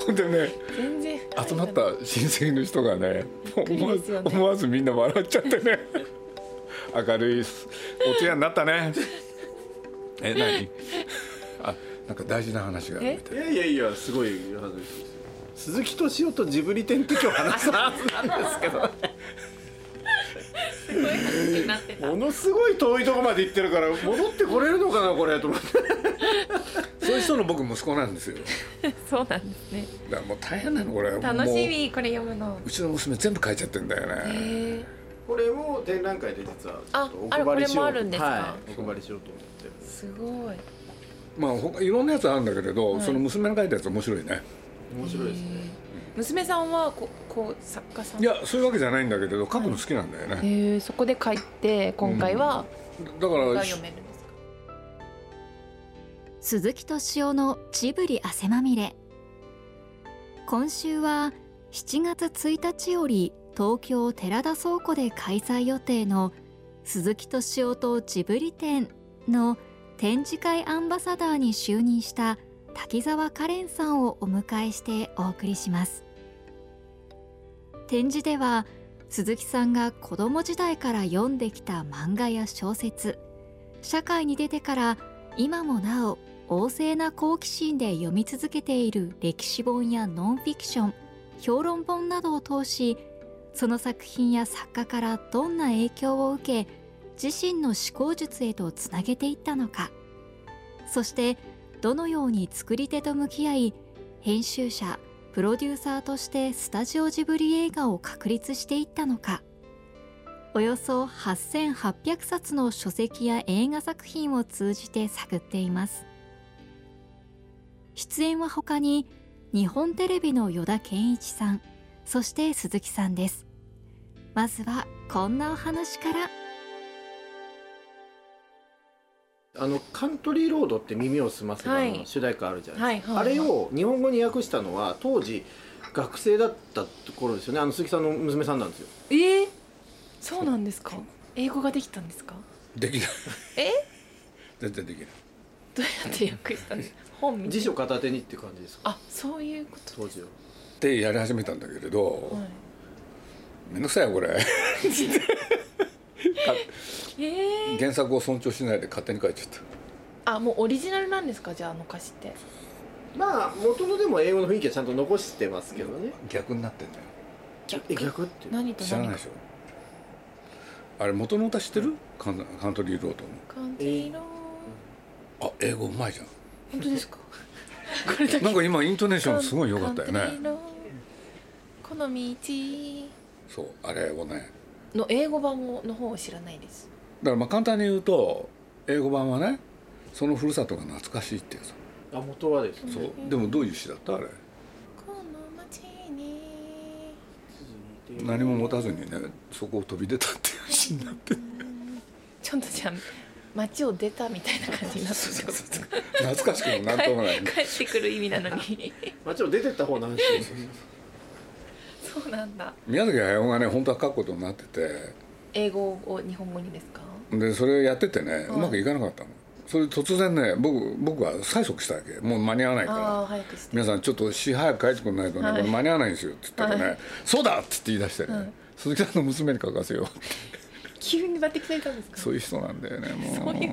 ほんでね全然集まった親戚の人がねね思わずみんな笑っちゃってね明るいお通夜になったね。何なんか大事な話があるみたい。 いやすごい話です。鈴木敏夫とジブリ展って今日話すはずなんですけどすごい話になってた。 ものすごい遠いとこまで行ってるから戻ってこれるのかなこれと思ってそういう人の僕息子なんですよ。 そうなんですね。 だからもう大変なのこれ。 楽しみこれ読むの。 うちの娘全部書いちゃってんだよね。 これも展覧会で実はあれこれもあるんですか。 はい、お配りしようと思ってる。 すごい。 まあいろんなやつあるんだけれど、その娘の書いたやつ面白いね。 面白いですね。 娘さんはこう作家さん。 いやそういうわけじゃないんだけれど書くの好きなんだよね。 そこで書いて今回は、 だから読めるんですか。 鈴木敏夫のジブリ汗まみれ。今週は7月1日より東京寺田倉庫で開催予定の鈴木敏夫とジブリ展の展示会アンバサダーに就任した滝沢カレンさんをお迎えしてお送りします。展示では鈴木さんが子供時代から読んできた漫画や小説、社会に出てから今もなお旺盛な好奇心で読み続けている歴史本やノンフィクション、評論本などを通し、その作品や作家からどんな影響を受け、自身の思考術へとつなげていったのか、そしてどのように作り手と向き合い、編集者、プロデューサーとしてスタジオジブリ映画を確立していったのか、およそ8800冊の書籍や映画作品を通じて探っています。出演は他に日本テレビの依田健一さん、そして鈴木さんです。まずはこんなお話から。 カントリーロードって耳をすませばの主題歌あるじゃないですか、あれを日本語に訳したのは当時学生だったところですよね。鈴木さんの娘さんなんですよ。 そうなんですか。英語ができたんですか。 できない。全然できない。 どうやって訳したんですか。本見て辞書片手にっていう感じですか。 そういうこと当時はでやり始めたんだけれど、めんどくさいよこれ原作を尊重しないで勝手に書いちゃった。 もうオリジナルなんですか。じゃあ歌詞って。 まあ元のでも英語の雰囲気はちゃんと残してますけどね。 逆になってんだよ。 逆って何と何か知らないでしょ。あれ元の歌知ってる？カントリーロードの。 カントリーロー英語うまいじゃん。 本当ですか。 なんか今イントネーションすごい良かったよね。 この道。 そうあれをね。 の英語版の方を知らないです。 だからまあ簡単に言うと英語版はね、そのふるさとが懐かしいっていうさ。 元はですね。 そうでもどういう詩だったあれ。 この街に何も持たずにねそこを飛び出たっていう詩になってちょっとじゃあ街を出たみたいな感じになってるってことですか。 懐かしくもなんともない、ね、 帰ってくる意味なのに街を出てった方の話ですそうなんだ。 宮崎駿がね本当は書くことになってて、 英語を日本語にですか。 でそれをやっててね、うまくいかなかったの。それ突然ね僕は催促したわけ。もう間に合わないから早くして皆さんちょっと詩早く書いてくんないとね、これ間に合わないんですよって言ったらね、そうだっつって言い出してね、鈴木さんの娘に書かせようって急に抜擢されたんですか。 そういう人なんだよねもう。 そういう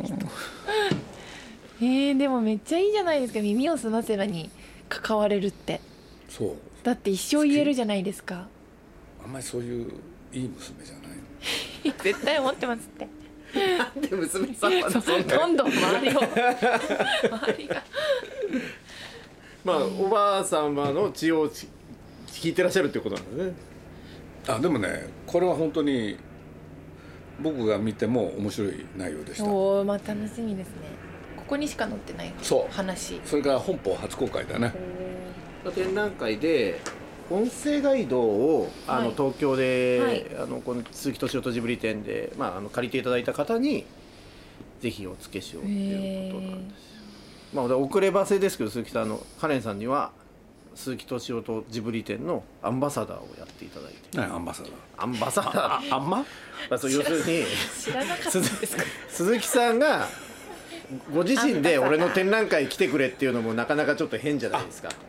人でもめっちゃいいじゃないですか。耳をすませばに関われるって。 そうだって一生言えるじゃないですか。 あんまりそういういい娘じゃないの絶対思ってますってなんで娘さんはそんなどんどん周りがまあおばあ様の血を聞いてらっしゃるってことなんだね。 でもねこれは本当に僕が見ても面白い内容でした。 楽しみですね。ここにしか載ってない話。 それから本邦初公開だね。 展覧会で音声ガイドを東京で、この鈴木敏夫とジブリ展で、借りていただいた方にぜひお付けしようということなんですよ。遅ればせですけど鈴木さんカレンさんには鈴木敏夫とジブリ展のアンバサダーをやっていただいて。 アンバサダー。 アンバサダー。 あんま？ 要するに知らなかったんですか。 鈴木さんがご自身で俺の展覧会来てくれっていうのもなかなかちょっと変じゃないですか。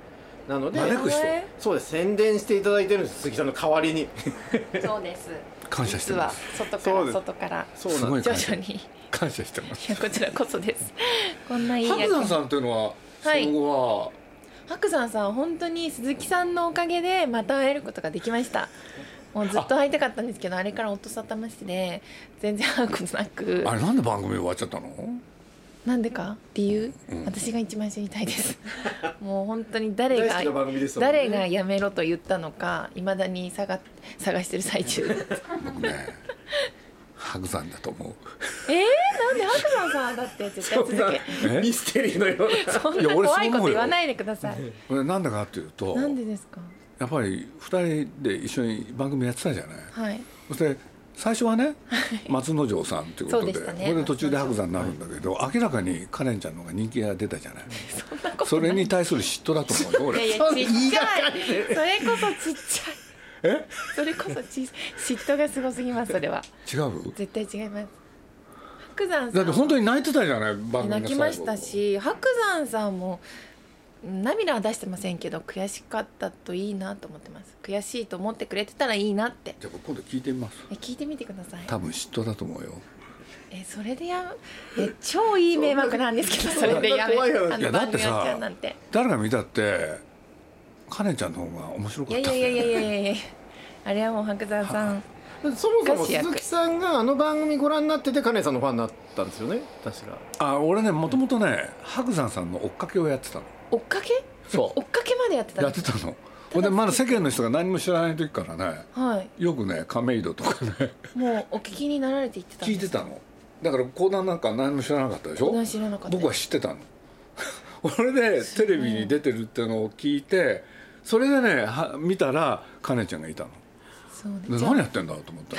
なので招く人そうです、宣伝していただいてるんです、鈴木さんの代わりに。 そうです。 感謝して実はます外からそうなんです。 徐々に。い感謝してます。 やこちらこそです。こんないい役。 白山さんっていうのはそはいの後は白山さん本当に鈴木さんのおかげでまた会えることができました。もうずっと会いたかったんですけど、あれから音沙汰なしで全然会うことなく。 あれなんで番組終わっちゃったの？ なんでか理由、 うん私が一番知りたいですもう本当に誰が大好きな番組でしたもんね。 誰がやめろと言ったのかいまだに探してる最中僕ね白山だと思う。 なんで白山さんだって絶対続けえミステリーのような。 そんないや俺そう思うよ怖いこと言わないでくださいこれなんでかっていうとなんでですか？ やっぱり2人で一緒に番組やってたじゃない。 はいそして最初はね松之丞さんということでそうでしたねこれで途中で白山になるんだけど、明らかにカレンちゃんの方が人気が出たじゃない。 そんなことそれに対する嫉妬だと思うよい俺。 やいやちっちゃい言いがかりでそれこそちっちゃいえそれこそ嫉妬がすごすぎますそれは違う？ 絶対違います白山さんだって本当に泣いてたじゃない番組の最後。 泣きましたし白山さんも涙は出してませんけど悔しかったといいなと思ってます。悔しいと思ってくれてたらいいなって。 じゃあ今度聞いてみます。 聞いてみてください。 多分嫉妬だと思うよ。 それで超いい迷惑なんですけどそれでやめそんな怖い話あいやだってさの番組やっちゃうなんて。 誰が見たってカレンちゃんの方が面白かったんだよね。 いやいやいやいやいやあれはもう白山さんそもそも鈴木さんがあの番組ご覧になっててカネさんのファンになったんですよね、確か。 あ、俺ねもともとね白山さんの追っかけをやってたの。 追っかけそう追っかけまでやってたんですやってたの。ほんでまだ世間の人が何も知らない時からねはいよくね亀戸とかねもうお聞きになられて言ってたんです聞いてたの。だから講談なんか何も知らなかったでしょ。 知らなかった。 僕は知ってたの俺でテレビに出てるっていうのを聞いてそれでね見たらカネちゃんがいたの。 そうで何やってんだと思ったら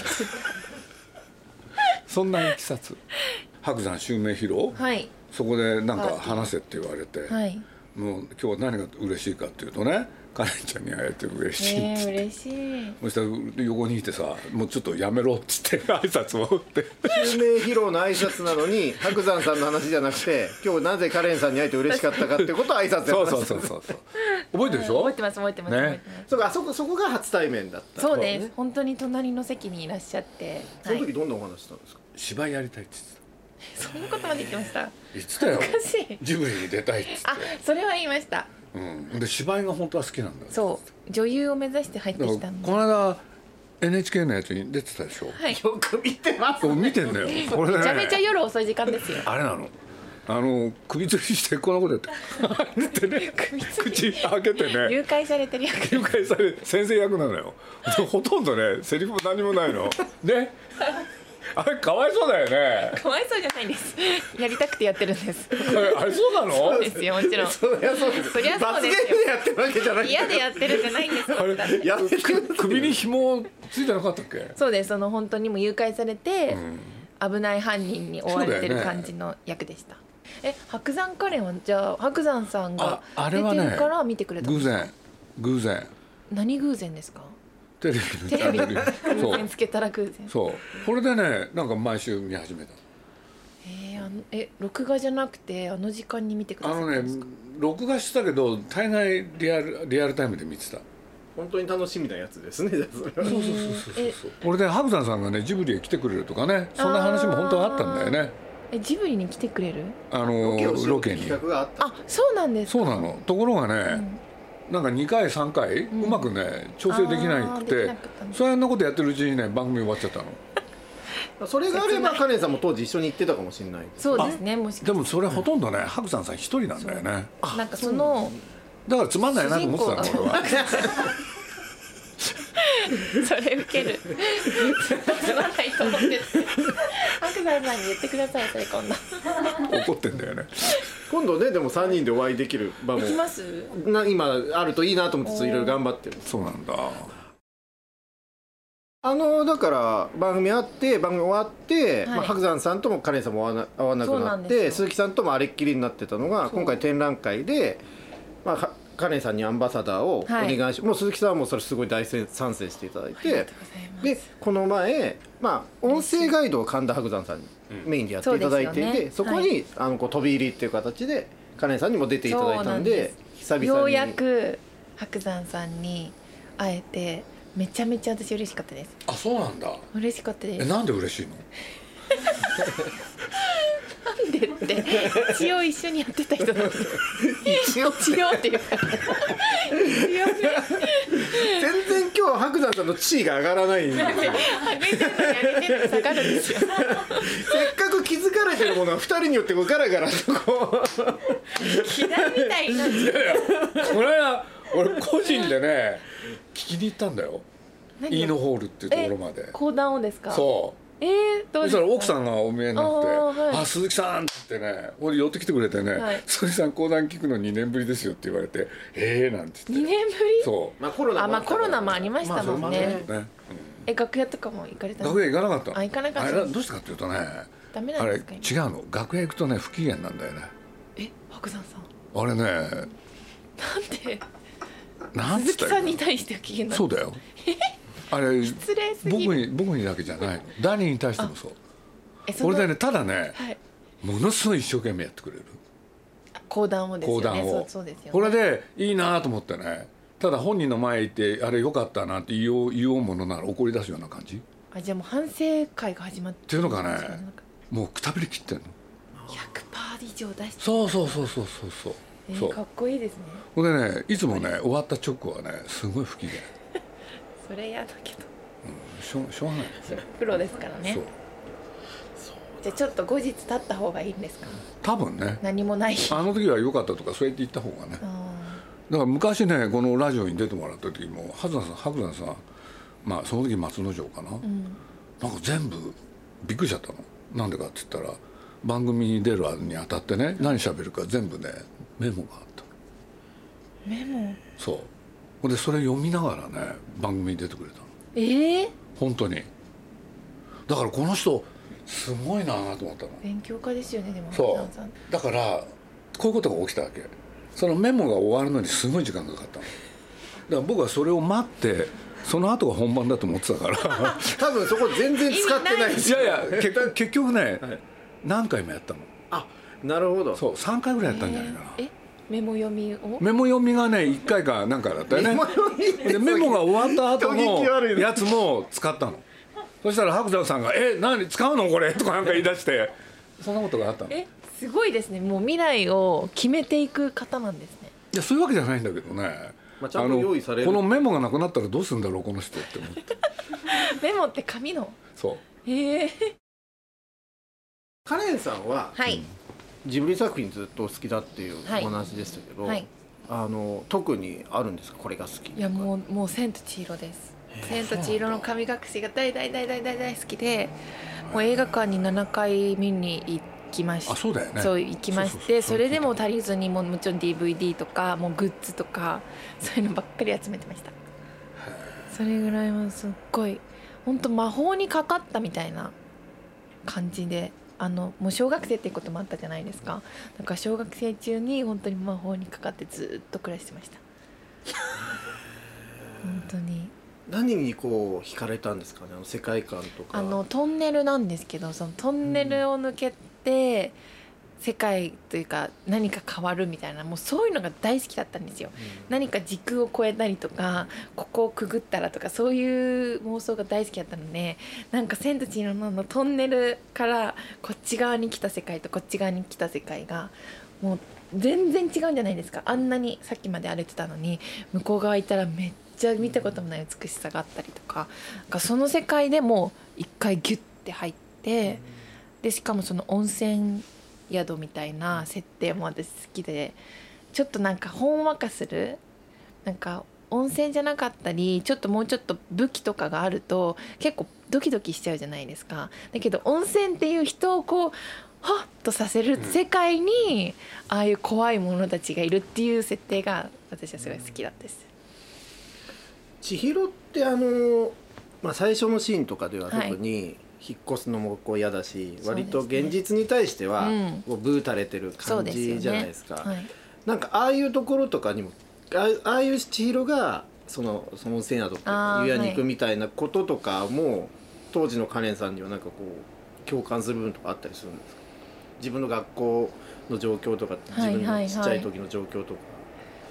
そんないきさつ白山襲名披露、 はいそこでなんか話せって言われて、 はいもう今日は何が嬉しいかっていうとねカレンちゃんに会えて嬉しいって言って、 嬉しい。 そしたら横にいてさもうちょっとやめろっつって挨拶をって襲名披露の挨拶なのに白山さんの話じゃなくて今日なぜカレンさんに会えて嬉しかったかっていうことを挨拶やってそうましたそう覚えてるでしょ。 覚えてます覚えてます、 ね覚えてます。 そうか、そこが初対面だったそうです、 ね。 本当に隣の席にいらっしゃって、はい、 その時どんなお話したんですか。 芝居やりたいってそんなことまで言ってました。 言ってたよおかしい。 ジブリに出たいってあ、それは言いました。 うん、で芝居が本当は好きなんだよ。 そう女優を目指して入ってだからきたんで。 この間 NHK のやつに出てたでしょ。 はい。 よく見てます。 見てんだよこれね。 めちゃめちゃ夜遅い時間ですよ。 あれなの首吊りしてこんなことやってってね口開けてね誘拐されてる役。 誘拐され先生役なのよ。でほとんどねセリフも何もないのね。あれかわいそうだよね。 かわいそうじゃないです。やりたくてやってるんです。 あれそうなの。 そうですよ、もちろん。 そりゃそうです。 そりゃそうですよ罰ゲームでやってるわけじゃない。 嫌でやってるじゃないんですよ。だってやってる。 首に紐ついてなかったっけ。 そうです。本当にもう誘拐されて、危ない犯人に追われてるそうだよね感じの役でした。白山カレンはじゃあ白山さんが出てあれはねるから見てくれたんですか。 偶然何偶然ですか。 テレビのテレビチャンネル偶然つけたら偶然。 そうこれでねなんか毎週見始めた。 録画じゃなくてあの時間に見てくださったんですか。 録画してたけど大概リアルタイムで見てた。 本当に楽しみなやつですね。じゃあそれは。 そうこれで白山さんがねジブリへ来てくれるとかねそんな話も本当はあったんだよね。 ジブリに来てくれる。 ロケに。 企画があった。 あ、そうなんですか。 そうなの。ところがね、なんか2回3回うまくね調整できなくて、そんなことやってるうちにね番組終わっちゃったの。 それがあればカレンさんも当時一緒に行ってたかもしれないです。 そうですね。もしかしてでもそれほとんどね白山さん一人なんだよね。 なんかだからつまんないなと思ってたの主人公俺は。 それウケる。つまらないと思ってて。白山さんに言ってください。それ今度。 怒ってんだよね。 今度ねでも3人でお会いできる場も行きます。 今あるといいなと思っていろいろ頑張ってる。 そうなんだ。 だから番組終わって、 はい白山さんともカレンさんも会わなくなって鈴木さんともあれっきりになってたのが今回展覧会で、カレンさんにアンバサダーをお願いし、もう鈴木さんはもうそれすごい大賛成していただいて、でこの前、音声ガイドを神田伯山さんにメインでやっていただいていて、そこに飛び入りっていう形でカレンさんにも出ていただいたんで、 久々にようやく白山さんに会えてめちゃめちゃ私嬉しかったです。 あ、そうなんだ。 嬉しかったです。 なんで嬉しいの？ なんでって一応一緒にやってた人なんで一応っていうか全然今日白山さんの地位が上がらないんですよ。 上げてるのに上げてるの下がるんですよ。 せっかく気づかれてるものは2人によってこうガラガラとこう嫌いみたいになっちゃう。 いやいや、この間俺個人でね聞きに行ったんだよ。 何をイーノホールっていうところまで。 講談をですか？ そう。 どうですか？ そしたら奥さんがお見えになって「 はいあ、鈴木さん」ってね、俺寄ってきてくれてねはい 「鈴木さん講談聞くの2年ぶりですよ」って言われて「なんて言 2 って。 年ぶり？ そうまあコロナもあ、まあコロナもありましたもんまあね。 それもね、 楽屋とかも行かれたの？ 楽屋行かなかったの。 あ、行かなかったあれどうしてかっていうとね、 ダメなあれんですか？ 違うの、楽屋行くとね不機嫌なんだよね。 白山さんあれね、 なんでなんつ鈴木さったらいいの。 んに対して不機嫌なの？ そうだよ。あれ失礼すぎる。 僕にだけじゃないの、ダニーに対してもそう。 その俺でね、ただね、 はい、 ものすごい一生懸命やってくれる講談をですよね。 講談を。 そうですよね。 これでいいなと思ってね、ただ本人の前行ってあれよかったなって言おうものなら怒り出すような感じっあ、じゃあもう反省会が始まってていうのがね、 なんかもうくたびれきってんの。 100% 以上出して。 そうそうそうかっこいいですね。 ほんでね、いつもね終わった直後はねすごい不機嫌。 それやだけどしょうがないですね。 プロですからねそう。 じゃあちょっと後日経った方がいいんですか？ 多分ね、 何もないあの時は良かったとかそうやって言った方がね。 あだから昔ねこのラジオに出てもらった時も白山さん、まあその時松之丞かな、なんか全部びっくりしちゃったの。なんでかって言ったら番組に出るにあたってね、何喋るか全部ねメモがあった。 メモ？ そう。ほんでそれ読みながらね番組に出てくれたの。本当に。だからこの人すごいなと思ったの。 勉強家ですよね。でもそ白山さんうだからこういうことが起きたわけ。そのメモが終わるのにすごい時間がかかったの。だから僕はそれを待ってその後が本番だと思ってたから多分そこ全然使ってないですいやいや結局ね、何回もやったの。 あ、なるほど。 そう、3回ぐらいやったんじゃないかな。 メモ読みを？ メモ読みがね1回かなんかだったよね。 メモ読みってでメモが終わった後人聞き悪いのねやつも使ったの。そしたら白山さんが「何使うのこれ」とかなんか言い出してそんなことがあったの。いすごいですね。もう未来を決めていく方なんですね。 やそういうわけじゃないんだけどね、 まあちゃんと用意されるこのメモがなくなったらどうするんだろうこの人って思ってメモって紙の？ そうカレンさんははいジブリ作品ずっと好きだっていうはいお話でしたけど、 はい。 特にあるんですか、これが好き。 いやもう千と千尋です。千と千尋の神隠しが大好きで、もう映画館に7回見に行きました。 あ、そうだよね。 そう行きましそうて、それでも足りずにもちろん DVD とかもうグッズとかそういうのばっかり集めてました。それぐらいはすっごい本当魔法にかかったみたいな感じで、もう小学生っていうこともあったじゃないですか。だから小学生中に本当に魔法にかかってずっと暮らしてました本当に。 何にこう惹かれたんですかね、世界観とか。 トンネルなんですけど、そのトンネルを抜けて、世界というか何か変わるみたいな、もうそういうのが大好きだったんですよ、何か時空を超えたりとかここをくぐったらとかそういう妄想が大好きだったので、なんか千と千尋のトンネルからこっち側に来た世界とこっち側に来た世界がもう全然違うんじゃないですか。あんなにさっきまで歩いてたのに向こう側行ったらめっちゃ見たこともない美しさがあったりとか、なんかその世界でもう一回ギュッて入って、でしかもその温泉宿みたいな設定も私好きで、ちょっとなんかほんわかする、なんか温泉じゃなかったりちょっともうちょっと武器とかがあると結構ドキドキしちゃうじゃないですか。だけど温泉っていう人をこうハッとさせる世界に、ああいう怖い者たちがいるっていう設定が私はすごい好きだったです。 千尋って最初のシーンとかでは特に引っ越すのもこう嫌だし、割と現実に対してはこうブー垂れてる感じじゃないですか。なんかああいうところとかにもああいう千尋がその温泉宿とか湯屋に行くみたいなこととかも、当時のカレンさんにはなんかこう共感する部分とかあったりするんですか。自分の学校の状況とか自分のちっちゃい時の状況とか。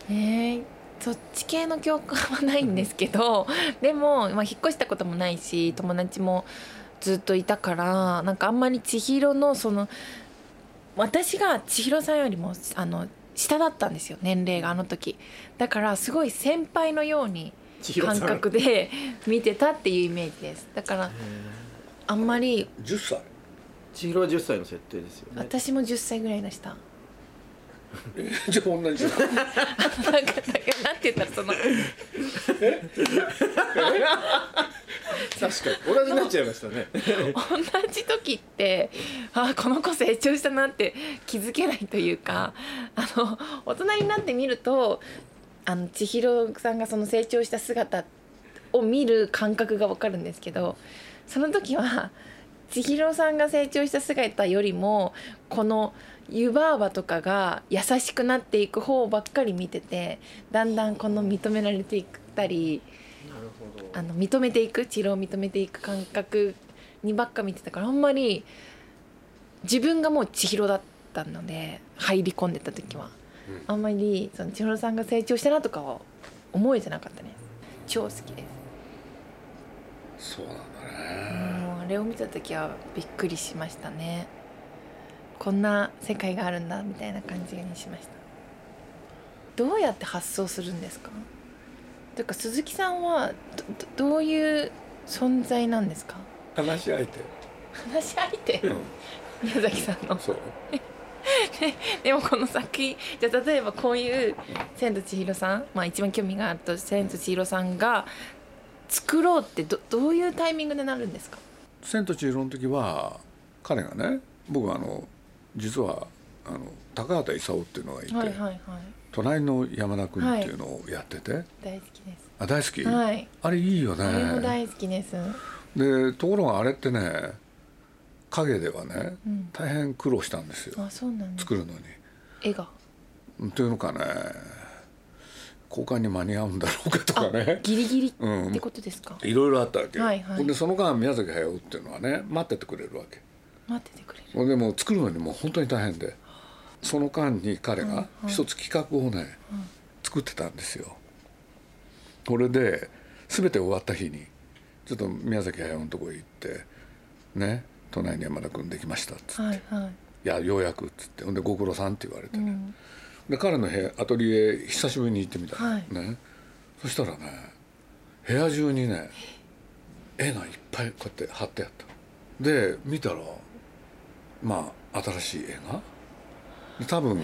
そっち系の共感はないんですけどでも、引っ越したこともないし友達もずっといたからなんかあんまり千尋の私が千尋さんよりも下だったんですよ年齢があの時だからすごい先輩のように感覚で見てたっていうイメージですだからあんまり 10歳千尋は10歳の設定ですよね。 私も10歳ぐらいでしたじゃあ同じじゃんなんて言ったら確かに同じになっちゃいましたね同じ時ってこの子成長したなって気づけないというか大人になってみると千尋さんがその成長した姿を見る感覚が分かるんですけどその時は千尋さんが成長した姿よりもこの湯婆婆とかが優しくなっていく方ばっかり見ててだんだんこの認められていったり認めていく千尋を認めていく感覚にばっか見てたからあんまり自分がもう千尋だったので入り込んでた時は、あんまりその千尋さんが成長したなとかは思えてなかったね。超好きです。 そうなんだね。 もうあれを見た時はびっくりしましたね。こんな世界があるんだみたいな感じにしました。どうやって発想するんですか？というか鈴木さんはどういう存在なんですか？ 話し相手。 話し相手、宮崎さんの。 そうでもこの作品じゃあ例えばこういう千と千尋さん、一番興味があると千と千尋さんが作ろうってどういうタイミングでなるんですか？ 千と千尋の時は彼がね、僕は実は高畑勲っていうのがいて、 はいはいはい、 隣の山田君っていうのをやってて、はい、 大好きです。 大好き、 はい、 あれいいよね。 あれも大好きです。 でところがあれってね影ではね、大変苦労したんですよ。 あ、そうなんです。 作るのに絵がというのかね、公開に間に合うんだろうかとかね、 ギリギリってことですか？ いろいろあったわけよ、 はいはい、 でその間宮崎駿っていうのはね待っててくれるわけ。 待っててくれる。 でも作るのにもう本当に大変で、その間に彼が一つ企画をね、作ってたんですよ。これで全て終わった日にちょっと宮崎駿のところへ行ってね、隣に山田君できましたっつって、はいはい、いやようやくっつって、ほんでご苦労さんって言われてね、で彼のアトリエ久しぶりに行ってみた、はい、ね、そしたらね部屋中にね絵がいっぱいこうやって貼ってあった。で見たら新しい絵が多分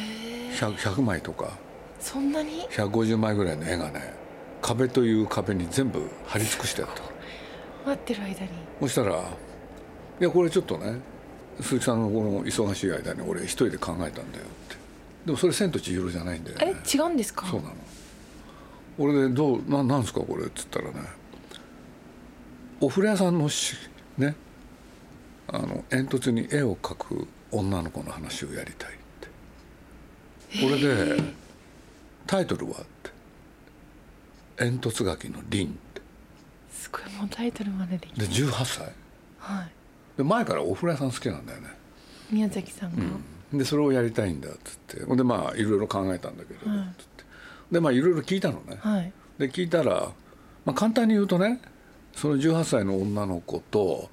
100枚とかそんなに 150枚ぐらいの絵がね壁という壁に全部貼り尽くしてあった。 待ってる間にそしたらいやこれちょっとね鈴木さんのこの忙しい間に俺一人で考えたんだよって。でもそれ千と千尋じゃないんだよね。 違うんですか？ そうなの。俺でなんですかこれっつったらね、お風呂屋さんのね煙突に絵を描く女の子の話をやりたいって。これでタイトルはって煙突垣の凛って。 すごい、もうタイトルまでできた。 で18歳、はい、で前からお風呂屋さん好きなんだよね宮崎さんが、 でそれをやりたいんだっつって、でいろいろ考えたんだけど、はい、つってでいろいろ聞いたのね、はい、で聞いたら、簡単に言うとね、その18歳の女の子と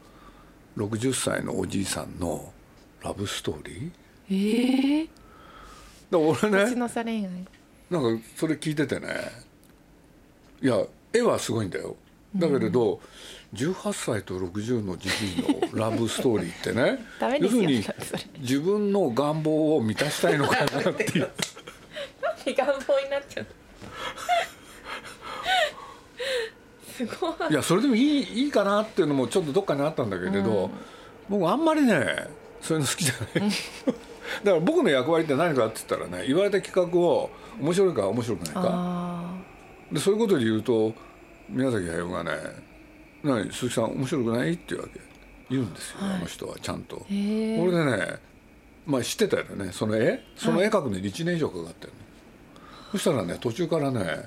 60歳のおじいさんのラブストーリー。だ俺ね、 年の差恋愛なんかそれ聞いててね、いや絵はすごいんだよ、だけれど、18歳と60のじじいのラブストーリーってね要するに自分の願望を満たしたいのかなっていうなんで願望になっちゃうすごい。 いやそれでもいいかなっていうのもちょっとどっかにあったんだけれど、僕あんまりねそういうの好きじゃないだから僕の役割って何かって言ったらね、言われた企画を面白いか面白くないかで、そういうことで言うと宮崎駿がね「何鈴木さん面白くない？」っていうわけ言うんですよ、はい、あの人はちゃんと。これでね知ってたよね、その絵描くのに1年以上かかってるの。そしたらね途中からね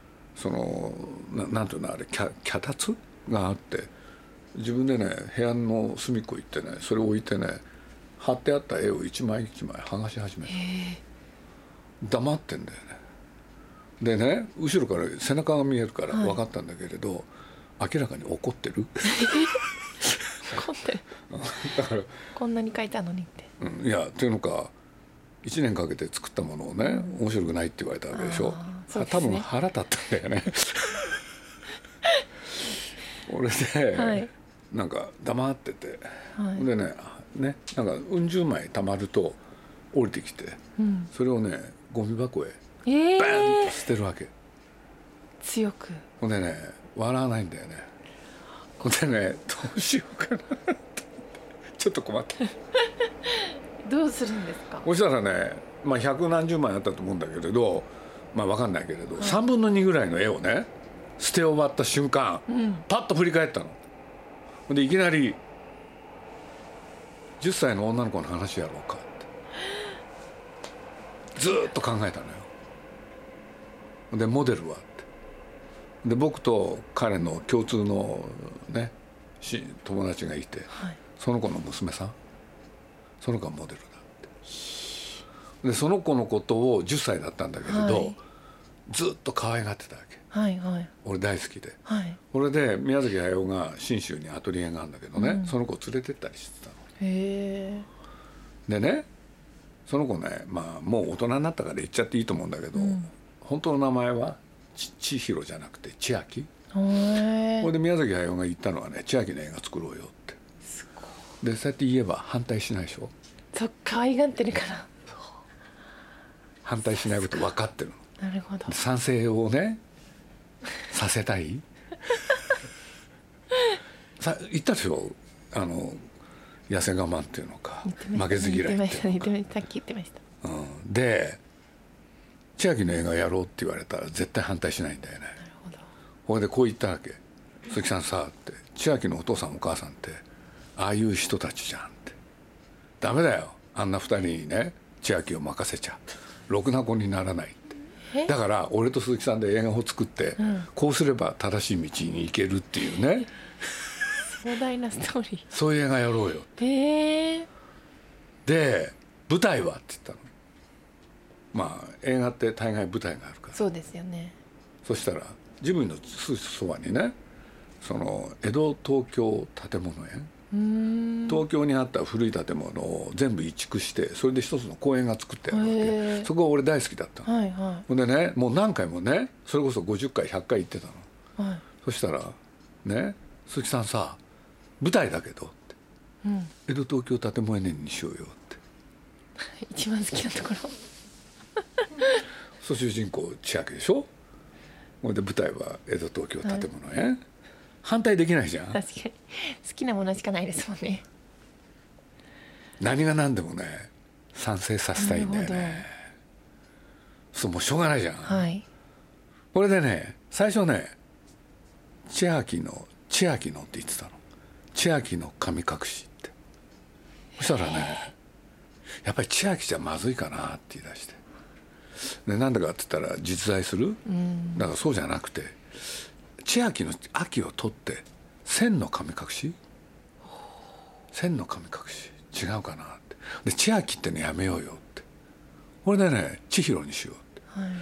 なんていうのあれ脚立があって、自分でね部屋の隅っこ行ってねそれを置いてね貼ってあった絵を一枚一枚剥がし始めた。黙ってんだよね。 でね後ろから背中が見えるから分かったんだけれど、明らかに怒ってる怒ってるだからこんなに書いたのにって、 いやっていうのか1年かけて作ったものをね、面白くないって言われたわけでしょ。 そうですね、 多分腹立ったんだよね俺で、なんか黙ってて、でねなんかうん十枚たまると降りてきて、それをねゴミ箱へバーンと捨てるわけ、 強く。 ほんでね笑わないんだよね。ほんでねどうしようかなちょっと困ってどうするんですか。 そしたらね、百何十枚あったと思うんだけれど、分かんないけれど、3分の2ぐらいの絵をね捨て終わった瞬間、パッと振り返ったの。でいきなり10歳の女の子の話やろうかってずーっと考えたのよ。でモデルはってで僕と彼の共通のね友達がいて、その子の娘さん、その子がモデルだってでその子のことを10歳だったんだけれど、ずっと可愛がってたわけ、俺大好きで、これで宮崎駿が信州にアトリエがあるんだけどね、その子を連れてったりしてたの。でねその子ね、もう大人になったから言っちゃっていいと思うんだけど、本当の名前は千尋じゃなくて千秋。これで宮崎駿が言ったのはね、千秋の映画作ろうよって。でそうやって言えば反対しないでしょ。 そう可愛がってるから反対しないこと分かってるの。なるほど。 賛成をねさせたい言ったでしょ、痩せ我慢っていうのか負けず嫌いっていうのか。 さっき言ってました、 で千秋の映画やろうって言われたら絶対反対しないんだよね。なるほど。これでこう言ったわけ。鈴木さんさって千秋のお父さんお母さんってああいう人たちじゃんって。ダメだよあんな2人にね千秋を任せちゃろくな子にならないって。だから俺と鈴木さんで映画を作って、こうすれば正しい道に行けるっていうね壮大なストーリー。 そういう映画やろうよ。で舞台はって言ったの。映画って大概舞台があるから。 そうですよね。 そしたらジブリのすぐそばにね、その江戸東京建物園、東京にあった古い建物を全部移築してそれで一つの公園が作ってあるわけ。そこが俺大好きだったの。ほんでねもう何回もねそれこそ50回100回行ってたの。そしたらね鈴木さんさ舞台だけどって、江戸東京建物園にしようよって一番好きなところ主人公千秋でしょ。ほいで舞台は江戸東京建物園、反対できないじゃん。 確かに好きなものしかないですもんね。 何が何でもね賛成させたいんだよね。そうもうしょうがないじゃん、これでね最初ね千秋のって言ってたの。千秋の神隠しって。そしたらねやっぱり千秋じゃまずいかなって言い出して、でなんでかって言ったら実在する、だからそうじゃなくて千秋の秋を取って千の神隠し違うかなって。で千秋ってのやめようよって。これでね千尋にしようって、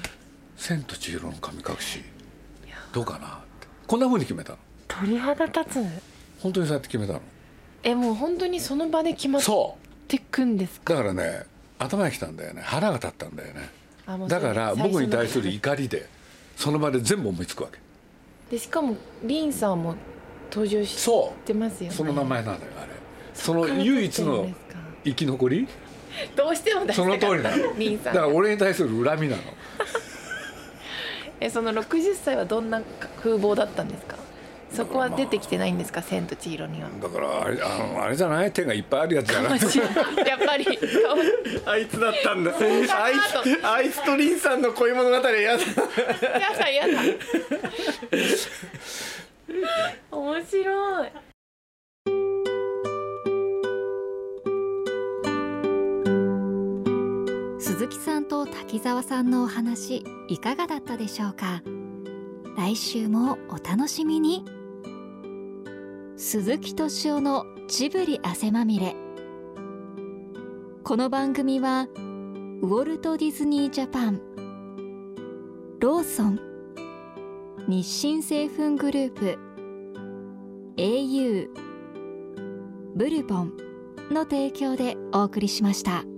千と千尋の神隠しどうかなってこんな風に決めたの。 鳥肌立つ。 本当にそうやって決めたの。 もう本当にその場で決まってくんですか。 だからね頭にきたんだよね。腹が立ったんだよね。だから僕に対する怒りでその場で全部思いつくわけで、しかもリンさんも登場してますよね。 その名前なんだよあれ。その唯一の生き残りどうしても出したかった。 その通りなの。 リンさんだから俺に対する恨みなのその60歳はどんな風貌だったんですか。そこは出てきてないんですか、千と千尋には。 だからあれじゃない、手がいっぱいあるやつじゃないやっぱりあいつだったんだ。あいつとリンさんの恋物語やだやだ面白い。 鈴木さんと滝沢さんのお話いかがだったでしょうか。来週もお楽しみに。鈴木敏夫のジブリ汗まみれ。この番組はウォルト・ディズニー・ジャパン、 ローソン、日清製粉グループ、au、ブルボンの提供でお送りしました。